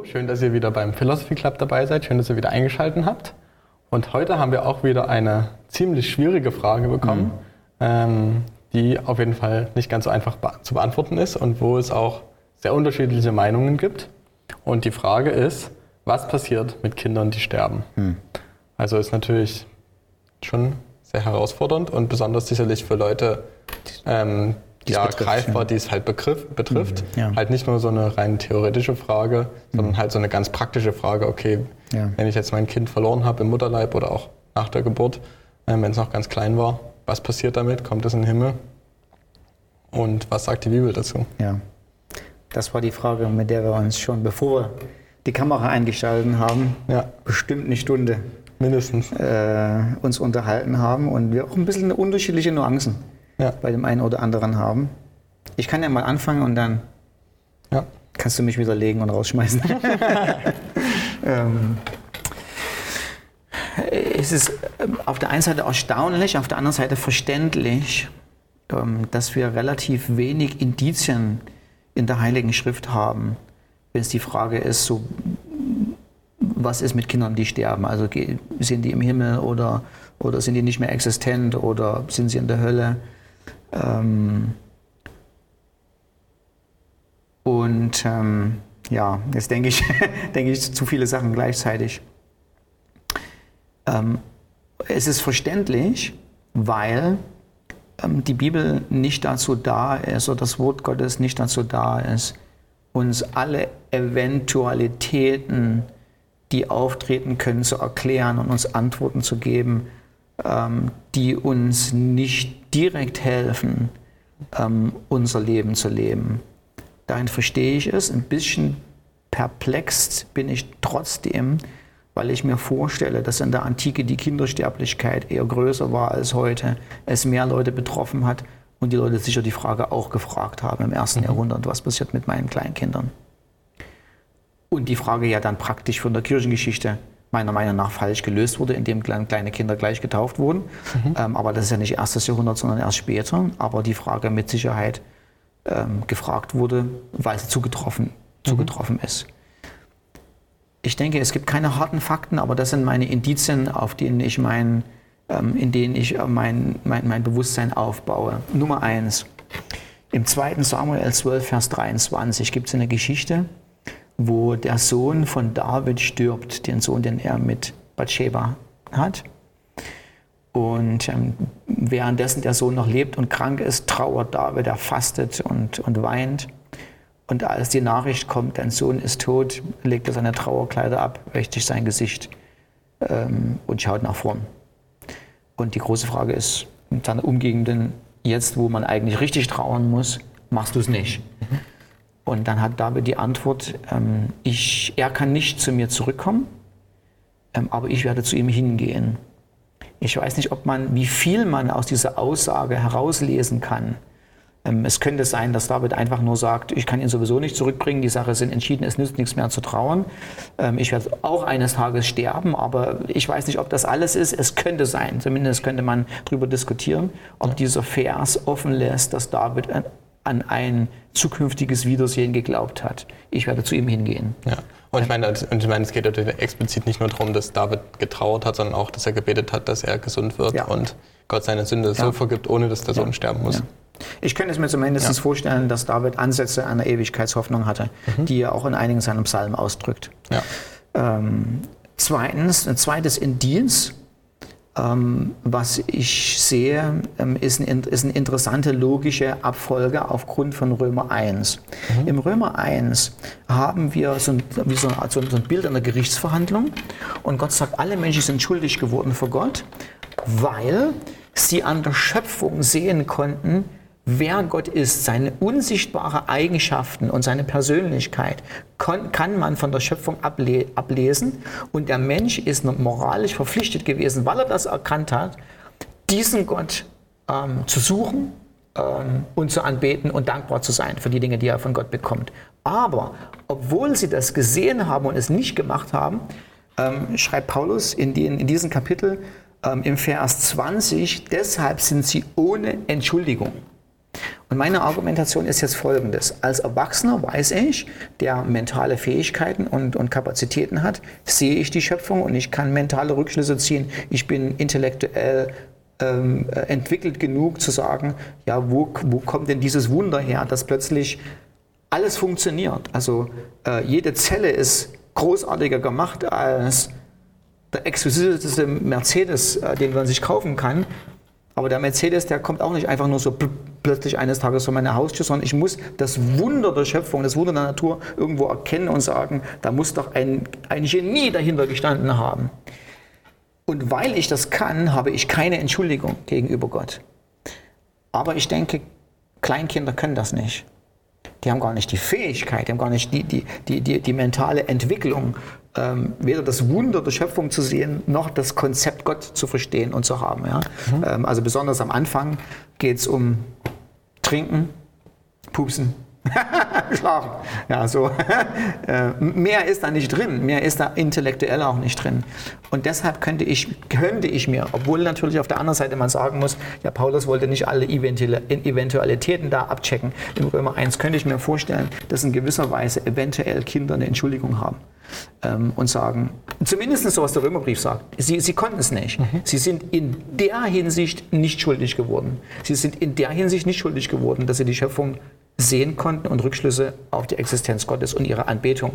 Hallo, schön, dass ihr wieder beim Philosophy Club dabei seid. Schön, dass ihr wieder eingeschaltet habt. Und heute haben wir auch wieder eine ziemlich schwierige Frage bekommen, die auf jeden Fall nicht ganz so einfach zu beantworten ist und wo es auch sehr unterschiedliche Meinungen gibt. Und die Frage ist, was passiert mit Kindern, die sterben? Also ist natürlich schon sehr herausfordernd und besonders sicherlich für Leute, greifbar, die es halt betrifft. Halt nicht nur so eine rein theoretische Frage, sondern halt so eine ganz praktische Frage. Okay, wenn ich jetzt mein Kind verloren habe im Mutterleib oder auch nach der Geburt, wenn es noch ganz klein war, was passiert damit? Kommt es in den Himmel? Und was sagt die Bibel dazu? Ja, das war die Frage, mit der wir uns schon, bevor wir die Kamera eingeschaltet haben, bestimmt eine Stunde mindestens uns unterhalten haben und wir auch ein bisschen unterschiedliche Nuancen bei dem einen oder anderen haben. Ich kann ja mal anfangen und dann kannst du mich widerlegen und rausschmeißen. Es ist auf der einen Seite erstaunlich, auf der anderen Seite verständlich, dass wir relativ wenig Indizien in der Heiligen Schrift haben, wenn es die Frage ist, so, was ist mit Kindern, die sterben? Also sind die im Himmel oder sind die nicht mehr existent oder sind sie in der Hölle? Jetzt denke ich zu viele Sachen gleichzeitig. Es ist verständlich, weil die Bibel nicht dazu da ist oder das Wort Gottes nicht dazu da ist, uns alle Eventualitäten, die auftreten können, zu erklären und uns Antworten zu geben, die uns nicht direkt helfen, unser Leben zu leben. Dahin verstehe ich es. Ein bisschen perplex bin ich trotzdem, weil ich mir vorstelle, dass in der Antike die Kindersterblichkeit eher größer war als heute, es mehr Leute betroffen hat und die Leute sicher die Frage auch gefragt haben im 1. Jahrhundert, was passiert mit meinen Kleinkindern? Und die Frage ja dann praktisch von der Kirchengeschichte meiner Meinung nach falsch gelöst wurde, indem kleine Kinder gleich getauft wurden. Aber das ist ja nicht 1. Jahrhundert, sondern erst später. Aber die Frage mit Sicherheit gefragt wurde, weil sie zugetroffen ist. Ich denke, es gibt keine harten Fakten, aber das sind meine Indizien, in denen ich mein Bewusstsein aufbaue. Nummer 1. Im 2. Samuel 12, Vers 23 gibt es eine Geschichte, wo der Sohn von David stirbt, den Sohn, den er mit Bathsheba hat. Und währenddessen der Sohn noch lebt und krank ist, trauert David, er fastet und weint. Und als die Nachricht kommt, dein Sohn ist tot, legt er seine Trauerkleider ab, wäscht sich sein Gesicht und schaut nach vorn. Und die große Frage ist, in seiner Umgegenden, jetzt wo man eigentlich richtig trauern muss, machst du es nicht. Und dann hat David die Antwort, er kann nicht zu mir zurückkommen, aber ich werde zu ihm hingehen. Ich weiß nicht, wie viel man aus dieser Aussage herauslesen kann. Es könnte sein, dass David einfach nur sagt, ich kann ihn sowieso nicht zurückbringen, die Sache ist entschieden, es nützt nichts mehr zu trauern. Ich werde auch eines Tages sterben, aber ich weiß nicht, ob das alles ist. Es könnte sein, zumindest könnte man darüber diskutieren, ob dieser Vers offen lässt, dass David an ein zukünftiges Wiedersehen geglaubt hat. Ich werde zu ihm hingehen. Ja. Und ich meine, es geht natürlich explizit nicht nur darum, dass David getrauert hat, sondern auch, dass er gebetet hat, dass er gesund wird und Gott seine Sünde so vergibt, ohne dass der Sohn sterben muss. Ja. Ich könnte es mir zumindest vorstellen, dass David Ansätze einer Ewigkeitshoffnung hatte, die er auch in einigen seiner Psalmen ausdrückt. Ja. Zweitens, ein zweites Indiz, was ich sehe, ist eine interessante logische Abfolge aufgrund von Römer 1. Im Römer 1 haben wir so ein Bild einer Gerichtsverhandlung und Gott sagt, alle Menschen sind schuldig geworden vor Gott, weil sie an der Schöpfung sehen konnten, wer Gott ist, seine unsichtbaren Eigenschaften und seine Persönlichkeit kann man von der Schöpfung ablesen und der Mensch ist moralisch verpflichtet gewesen, weil er das erkannt hat, diesen Gott zu suchen und zu anbeten und dankbar zu sein für die Dinge, die er von Gott bekommt. Aber obwohl sie das gesehen haben und es nicht gemacht haben, schreibt Paulus in diesem Kapitel im Vers 20, deshalb sind sie ohne Entschuldigung. Und meine Argumentation ist jetzt folgendes. Als Erwachsener weiß ich, der mentale Fähigkeiten und Kapazitäten hat, sehe ich die Schöpfung und ich kann mentale Rückschlüsse ziehen. Ich bin intellektuell entwickelt genug zu sagen, ja, wo kommt denn dieses Wunder her, dass plötzlich alles funktioniert. Also jede Zelle ist großartiger gemacht als der exquisiteste Mercedes, den man sich kaufen kann. Aber der Mercedes, der kommt auch nicht einfach nur so plötzlich eines Tages vor meine Haustür, sondern ich muss das Wunder der Schöpfung, das Wunder der Natur irgendwo erkennen und sagen, da muss doch ein Genie dahinter gestanden haben. Und weil ich das kann, habe ich keine Entschuldigung gegenüber Gott. Aber ich denke, Kleinkinder können das nicht. Die haben gar nicht die Fähigkeit, die haben gar nicht die mentale Entwicklung, weder das Wunder der Schöpfung zu sehen, noch das Konzept Gott zu verstehen und zu haben. Ja? Also besonders am Anfang geht es um Trinken, Pupsen, Schlafen. Ja, so. Mehr ist da nicht drin, mehr ist da intellektuell auch nicht drin. Und deshalb könnte ich mir, obwohl natürlich auf der anderen Seite man sagen muss, ja, Paulus wollte nicht alle Eventualitäten da abchecken. Im Römer 1 könnte ich mir vorstellen, dass in gewisser Weise eventuell Kinder eine Entschuldigung haben und sagen, zumindest so, was der Römerbrief sagt, sie konnten es nicht. Sie sind in der Hinsicht nicht schuldig geworden. Sie sind in der Hinsicht nicht schuldig geworden, dass sie die Schöpfung sehen konnten und Rückschlüsse auf die Existenz Gottes und ihre Anbetung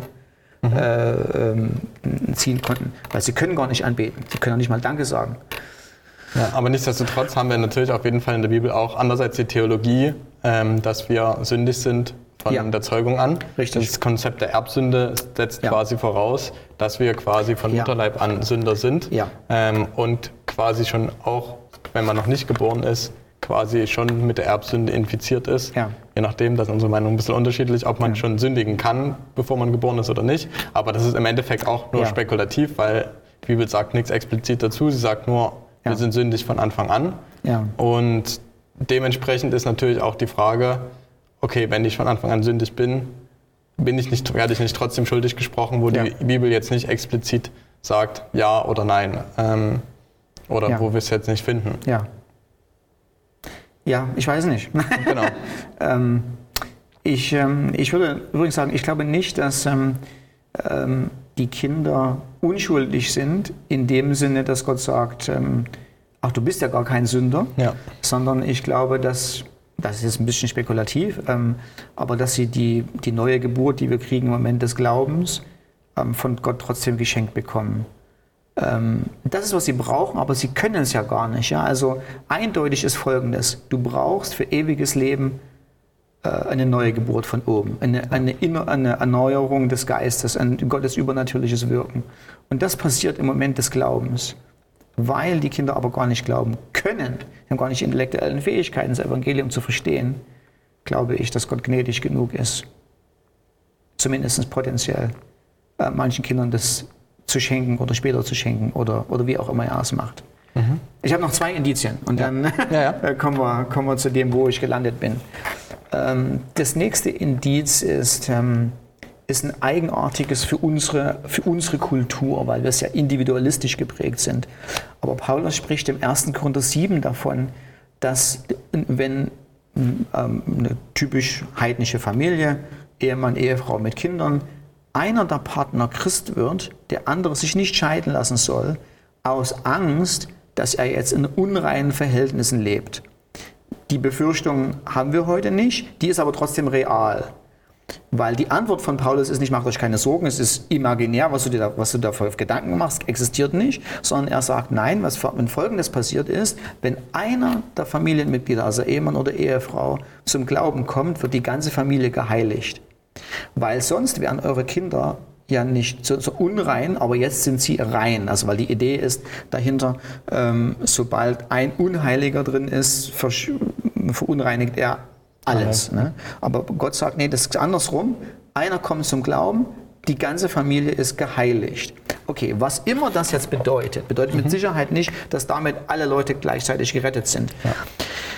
ziehen konnten. Weil sie können gar nicht anbeten. Sie können auch nicht mal Danke sagen. Ja, aber nichtsdestotrotz haben wir natürlich auf jeden Fall in der Bibel auch andererseits die Theologie, dass wir sündig sind von der Zeugung an. Richtig. Das Konzept der Erbsünde setzt quasi voraus, dass wir quasi von Mutterleib an Sünder sind und quasi schon auch, wenn man noch nicht geboren ist, quasi schon mit der Erbsünde infiziert ist. Ja. Je nachdem, das ist unsere Meinung ein bisschen unterschiedlich, ob man schon sündigen kann, bevor man geboren ist oder nicht. Aber das ist im Endeffekt auch nur spekulativ, weil die Bibel sagt nichts explizit dazu. Sie sagt nur, wir sind sündig von Anfang an. Ja. Und dementsprechend ist natürlich auch die Frage, okay, wenn ich von Anfang an sündig bin, werde ich nicht trotzdem schuldig gesprochen, wo die Bibel jetzt nicht explizit sagt, ja oder nein. Oder wo wir es jetzt nicht finden. Ja. Ja, ich weiß nicht. Genau. Ich würde übrigens sagen, ich glaube nicht, dass die Kinder unschuldig sind, in dem Sinne, dass Gott sagt, ach, du bist ja gar kein Sünder, sondern ich glaube, dass, das ist jetzt ein bisschen spekulativ, aber dass sie die neue Geburt, die wir kriegen im Moment des Glaubens, von Gott trotzdem geschenkt bekommen. Das ist, was sie brauchen, aber sie können es ja gar nicht. Ja? Also eindeutig ist Folgendes: Du brauchst für ewiges Leben eine neue Geburt von oben, eine Erneuerung des Geistes, ein Gottes übernatürliches Wirken. Und das passiert im Moment des Glaubens. Weil die Kinder aber gar nicht glauben können, haben gar nicht die intellektuellen Fähigkeiten, das Evangelium zu verstehen, glaube ich, dass Gott gnädig genug ist, zumindest potenziell, manchen Kindern das zu schenken oder später zu schenken oder wie auch immer er es macht. Ich habe noch 2 Indizien und dann kommen wir zu dem, wo ich gelandet bin. Das nächste Indiz ist ein eigenartiges für unsere Kultur, weil wir es ja individualistisch geprägt sind. Aber Paulus spricht im 1. Korinther 7 davon, dass wenn eine typisch heidnische Familie, Ehemann, Ehefrau mit Kindern, einer der Partner Christ wird, der andere sich nicht scheiden lassen soll, aus Angst, dass er jetzt in unreinen Verhältnissen lebt. Die Befürchtung haben wir heute nicht, die ist aber trotzdem real. Weil die Antwort von Paulus ist nicht, macht euch keine Sorgen, es ist imaginär, was du da für Gedanken machst, existiert nicht, sondern er sagt, nein, wenn Folgendes passiert ist, wenn einer der Familienmitglieder, also Ehemann oder Ehefrau, zum Glauben kommt, wird die ganze Familie geheiligt. Weil sonst wären eure Kinder ja nicht so unrein, aber jetzt sind sie rein. Also weil die Idee ist dahinter, sobald ein Unheiliger drin ist, verunreinigt er alles. Ne? Aber Gott sagt, nee, das ist andersrum. Einer kommt zum Glauben, die ganze Familie ist geheiligt. Okay, was immer das jetzt bedeutet mit Sicherheit nicht, dass damit alle Leute gleichzeitig gerettet sind. Ja.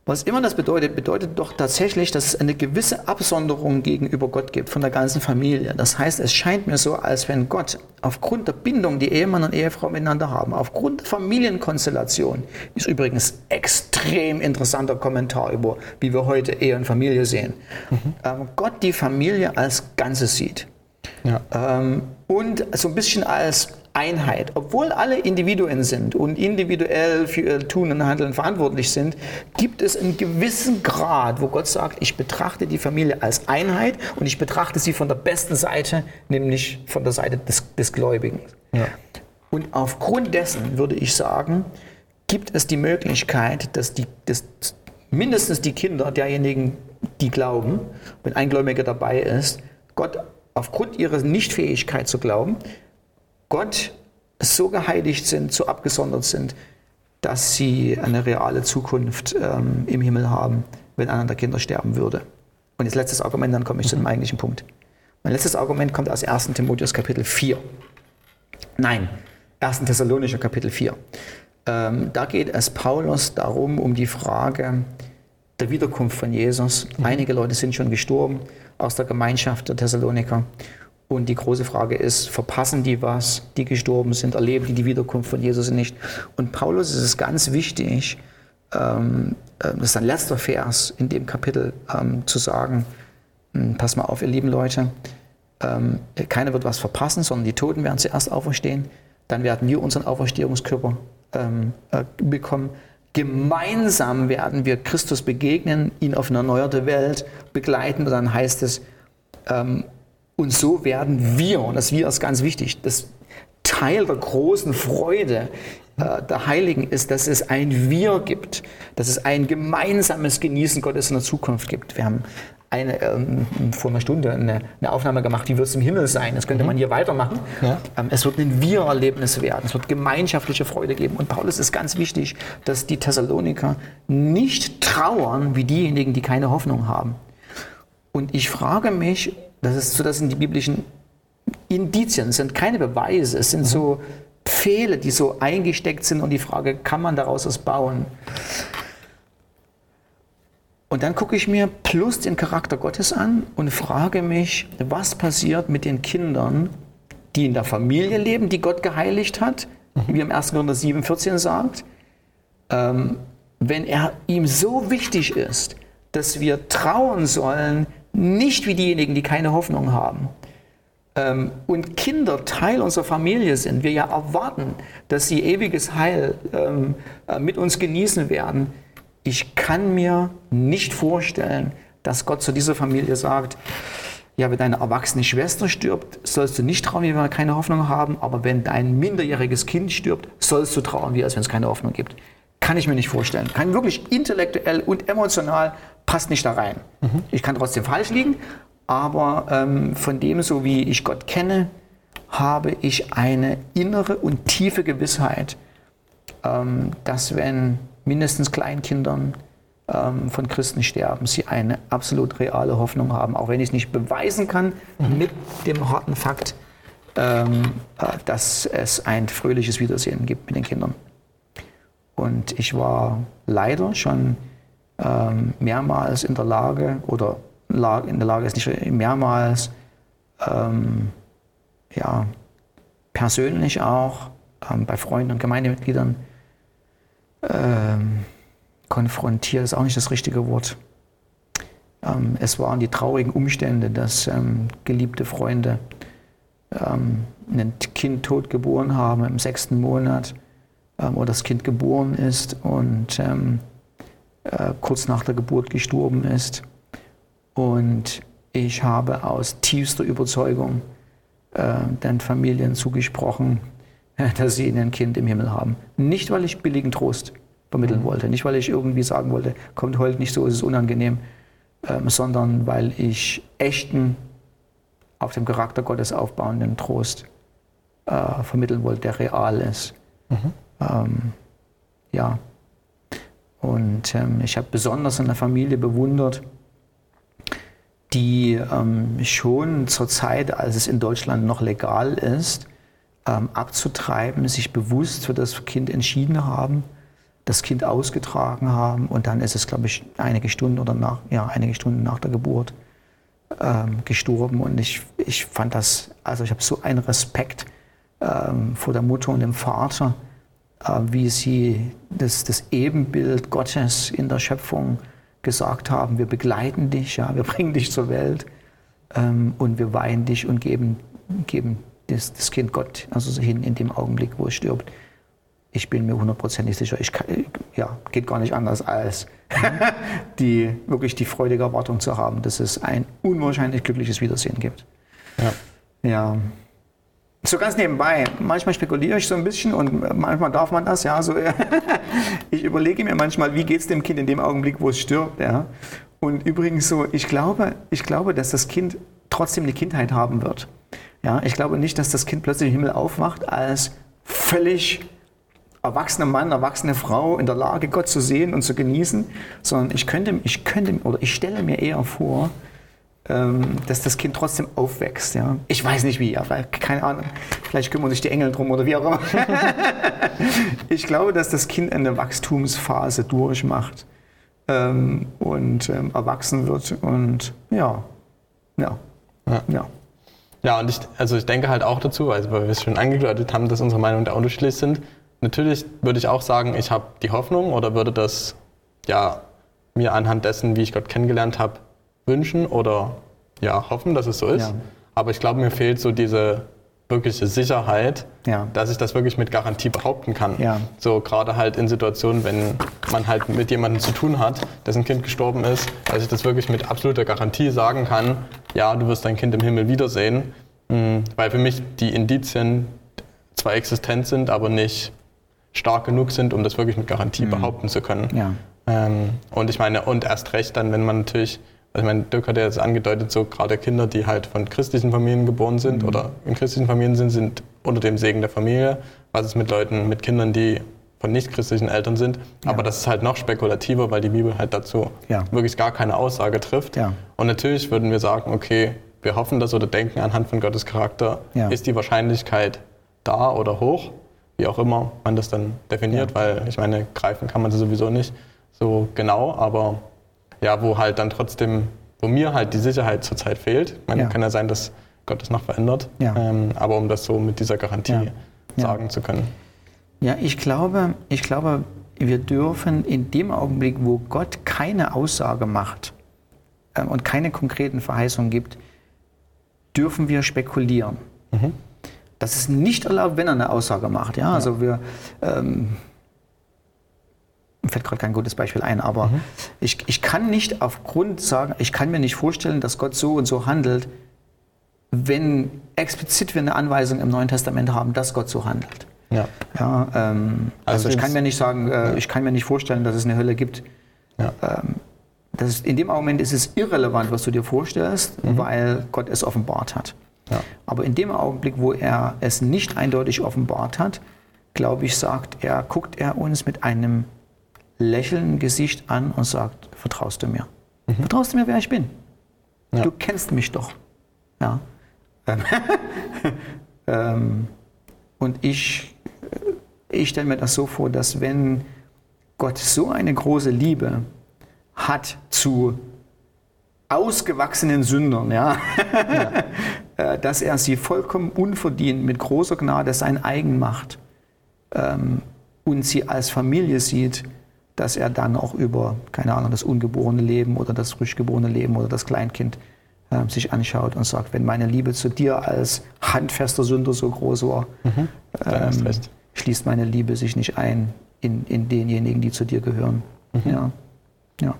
Was immer das bedeutet doch tatsächlich, dass es eine gewisse Absonderung gegenüber Gott gibt von der ganzen Familie. Das heißt, es scheint mir so, als wenn Gott aufgrund der Bindung, die Ehemann und Ehefrau miteinander haben, aufgrund der Familienkonstellation, ist übrigens extrem interessanter Kommentar über, wie wir heute Ehe und Familie sehen, Gott die Familie als Ganzes sieht. Ja. Und so ein bisschen als Einheit. Obwohl alle Individuen sind und individuell für ihr Tun und Handeln verantwortlich sind, gibt es einen gewissen Grad, wo Gott sagt, ich betrachte die Familie als Einheit und ich betrachte sie von der besten Seite, nämlich von der Seite des Gläubigen. Ja. Und aufgrund dessen würde ich sagen, gibt es die Möglichkeit, dass mindestens die Kinder derjenigen, die glauben, wenn ein Gläubiger dabei ist, Gott aufgrund ihrer Nichtfähigkeit zu glauben, Gott so geheiligt sind, so abgesondert sind, dass sie eine reale Zukunft im Himmel haben, wenn einer der Kinder sterben würde. Und jetzt letztes Argument, dann komme ich zu dem eigentlichen Punkt. Mein letztes Argument kommt aus 1. Timotheus Kapitel 4. Nein, 1. Thessalonicher Kapitel 4. Da geht es Paulus darum, um die Frage der Wiederkunft von Jesus. Einige Leute sind schon gestorben aus der Gemeinschaft der Thessaloniker. Und die große Frage ist, verpassen die was, die gestorben sind, erleben die Wiederkunft von Jesus nicht? Und Paulus ist es ganz wichtig, das ist ein letzter Vers in dem Kapitel, zu sagen, pass mal auf, ihr lieben Leute, keiner wird was verpassen, sondern die Toten werden zuerst auferstehen, dann werden wir unseren Auferstehungskörper bekommen. Gemeinsam werden wir Christus begegnen, ihn auf eine erneuerte Welt begleiten. Und dann heißt es, und so werden wir, und das Wir ist ganz wichtig, das Teil der großen Freude der Heiligen ist, dass es ein Wir gibt, dass es ein gemeinsames Genießen Gottes in der Zukunft gibt. Wir haben vor einer Stunde eine Aufnahme gemacht, wie wird es im Himmel sein? Das könnte man hier weitermachen. Ja. Es wird ein Wir-Erlebnis werden, es wird gemeinschaftliche Freude geben. Und Paulus ist ganz wichtig, dass die Thessaloniker nicht trauern wie diejenigen, die keine Hoffnung haben. Und ich frage mich, das sind die biblischen Indizien, es sind keine Beweise, es sind so Pfähle, die so eingesteckt sind und die Frage, kann man daraus was bauen? Und dann gucke ich mir plus den Charakter Gottes an und frage mich, was passiert mit den Kindern, die in der Familie leben, die Gott geheiligt hat, wie im 1. Korinther 7,14 sagt, wenn er ihm so wichtig ist, dass wir trauen sollen, nicht wie diejenigen, die keine Hoffnung haben. Und Kinder Teil unserer Familie sind, wir ja erwarten, dass sie ewiges Heil mit uns genießen werden. Ich kann mir nicht vorstellen, dass Gott zu dieser Familie sagt, ja, wenn deine erwachsene Schwester stirbt, sollst du nicht trauern, wie wir keine Hoffnung haben, aber wenn dein minderjähriges Kind stirbt, sollst du trauern, wie als wenn es keine Hoffnung gibt. Kann ich mir nicht vorstellen. Kann wirklich intellektuell und emotional, passt nicht da rein. Ich kann trotzdem falsch liegen, aber von dem, so wie ich Gott kenne, habe ich eine innere und tiefe Gewissheit, dass wenn mindestens Kleinkindern von Christen sterben, sie eine absolut reale Hoffnung haben, auch wenn ich es nicht beweisen kann mit dem harten Fakt, dass es ein fröhliches Wiedersehen gibt mit den Kindern. Und ich war leider schon mehrmals in der Lage, oder in der Lage ist nicht mehrmals, persönlich auch, bei Freunden und Gemeindemitgliedern, konfrontiert, ist auch nicht das richtige Wort. Es waren die traurigen Umstände, dass geliebte Freunde ein Kind tot geboren haben im 6. Monat, wo das Kind geboren ist und kurz nach der Geburt gestorben ist. Und ich habe aus tiefster Überzeugung den Familien zugesprochen, dass sie ein Kind im Himmel haben. Nicht, weil ich billigen Trost vermitteln wollte, nicht, weil ich irgendwie sagen wollte, kommt heult nicht so, ist es unangenehm, sondern weil ich echten, auf dem Charakter Gottes aufbauenden Trost vermitteln wollte, der real ist. Und ich habe besonders eine Familie bewundert, die schon zur Zeit, als es in Deutschland noch legal ist, abzutreiben, sich bewusst für das Kind entschieden haben, das Kind ausgetragen haben und dann ist es, glaube ich, einige Stunden nach der Geburt gestorben. Und ich fand das, also ich habe so einen Respekt vor der Mutter und dem Vater, wie sie das Ebenbild Gottes in der Schöpfung gesagt haben, wir begleiten dich, ja, wir bringen dich zur Welt und wir weihen dich und geben das Kind Gott also hin in dem Augenblick, wo es stirbt. Ich bin mir 100% sicher, geht gar nicht anders, als wirklich die freudige Erwartung zu haben, dass es ein unwahrscheinlich glückliches Wiedersehen gibt. Ja. So ganz nebenbei, manchmal spekuliere ich so ein bisschen und manchmal darf man das, ja. So, ich überlege mir manchmal, wie geht es dem Kind in dem Augenblick, wo es stirbt, ja. Und übrigens so, ich glaube, dass das Kind trotzdem eine Kindheit haben wird. Ja, ich glaube nicht, dass das Kind plötzlich im Himmel aufwacht als völlig erwachsener Mann, erwachsene Frau in der Lage, Gott zu sehen und zu genießen, sondern ich stelle mir eher vor, dass das Kind trotzdem aufwächst. Ja. Ich weiß nicht wie, aber keine Ahnung, vielleicht kümmern sich die Engel drum oder wie auch immer. Ich glaube, dass das Kind eine Wachstumsphase durchmacht und erwachsen wird und ja. Ja, und ich denke halt auch dazu, also weil wir es schon angedeutet haben, dass unsere Meinungen da unterschiedlich sind. Natürlich würde ich auch sagen, ich habe die Hoffnung oder würde das mir anhand dessen, wie ich Gott kennengelernt habe, wünschen oder hoffen, dass es so ist. Ja. Aber ich glaube, mir fehlt so diese wirkliche Sicherheit, dass ich das wirklich mit Garantie behaupten kann. Ja. So gerade halt in Situationen, wenn man halt mit jemandem zu tun hat, dessen Kind gestorben ist, dass ich das wirklich mit absoluter Garantie sagen kann, ja, du wirst dein Kind im Himmel wiedersehen, weil für mich die Indizien zwar existent sind, aber nicht stark genug sind, um das wirklich mit Garantie behaupten zu können. Ja. Und ich meine, und erst recht dann, wenn man natürlich, also ich meine, Dirk hat ja jetzt angedeutet, so gerade Kinder, die halt von christlichen Familien geboren sind oder in christlichen Familien sind unter dem Segen der Familie. Was ist mit Leuten, mit Kindern, die von nicht-christlichen Eltern sind? Ja. Aber das ist halt noch spekulativer, weil die Bibel halt dazu wirklich gar keine Aussage trifft. Ja. Und natürlich würden wir sagen, okay, wir hoffen das oder denken anhand von Gottes Charakter, ist die Wahrscheinlichkeit da oder hoch, wie auch immer man das dann definiert, weil ich meine, greifen kann man sie sowieso nicht so genau, aber wo halt dann trotzdem, wo mir halt die Sicherheit zurzeit fehlt. Ich meine, kann ja sein, dass Gott das noch verändert, aber um das so mit dieser Garantie sagen zu können. Ja, ich glaube, wir dürfen in dem Augenblick, wo Gott keine Aussage macht und keine konkreten Verheißungen gibt, dürfen wir spekulieren. Das ist nicht erlaubt, wenn er eine Aussage macht. Ja? Also mir fällt gerade kein gutes Beispiel ein, aber ich kann nicht aufgrund sagen, ich kann mir nicht vorstellen, dass Gott so und so handelt, wenn explizit wir eine Anweisung im Neuen Testament haben, dass Gott so handelt. Also ich kann mir nicht sagen, ich kann mir nicht vorstellen, dass es eine Hölle gibt. In dem Moment ist es irrelevant, was du dir vorstellst, weil Gott es offenbart hat. Ja. Aber in dem Augenblick, wo er es nicht eindeutig offenbart hat, glaube ich, guckt er uns mit einem lächelnden Gesicht an und sagt, vertraust du mir? Vertraust du mir, wer ich bin? Ja. Du kennst mich doch. Ja. Und ich stelle mir das so vor, dass wenn Gott so eine große Liebe hat zu ausgewachsenen Sündern, dass er sie vollkommen unverdient mit großer Gnade sein eigen macht und sie als Familie sieht, dass er dann auch über, keine Ahnung, das ungeborene Leben oder das frisch geborene Leben oder das Kleinkind sich anschaut und sagt, wenn meine Liebe zu dir als handfester Sünder so groß war, schließt meine Liebe sich nicht ein in denjenigen, die zu dir gehören. Ja.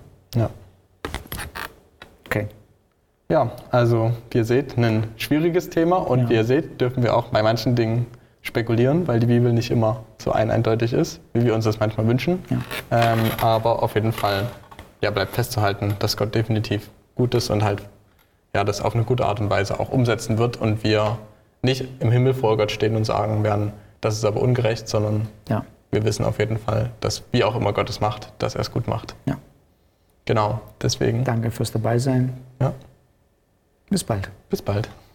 Okay. Ja, also wie ihr seht, ein schwieriges Thema und wie ihr seht, dürfen wir auch bei manchen Dingen spekulieren, weil die Bibel nicht immer so eindeutig ist, wie wir uns das manchmal wünschen. Ja. Aber auf jeden Fall bleibt festzuhalten, dass Gott definitiv gut ist und halt das auf eine gute Art und Weise auch umsetzen wird und wir nicht im Himmel vor Gott stehen und sagen werden, das ist aber ungerecht, sondern wir wissen auf jeden Fall, dass wie auch immer Gott es macht, dass er es gut macht. Ja. Genau, deswegen. Danke fürs Dabeisein. Ja. Bis bald. Bis bald.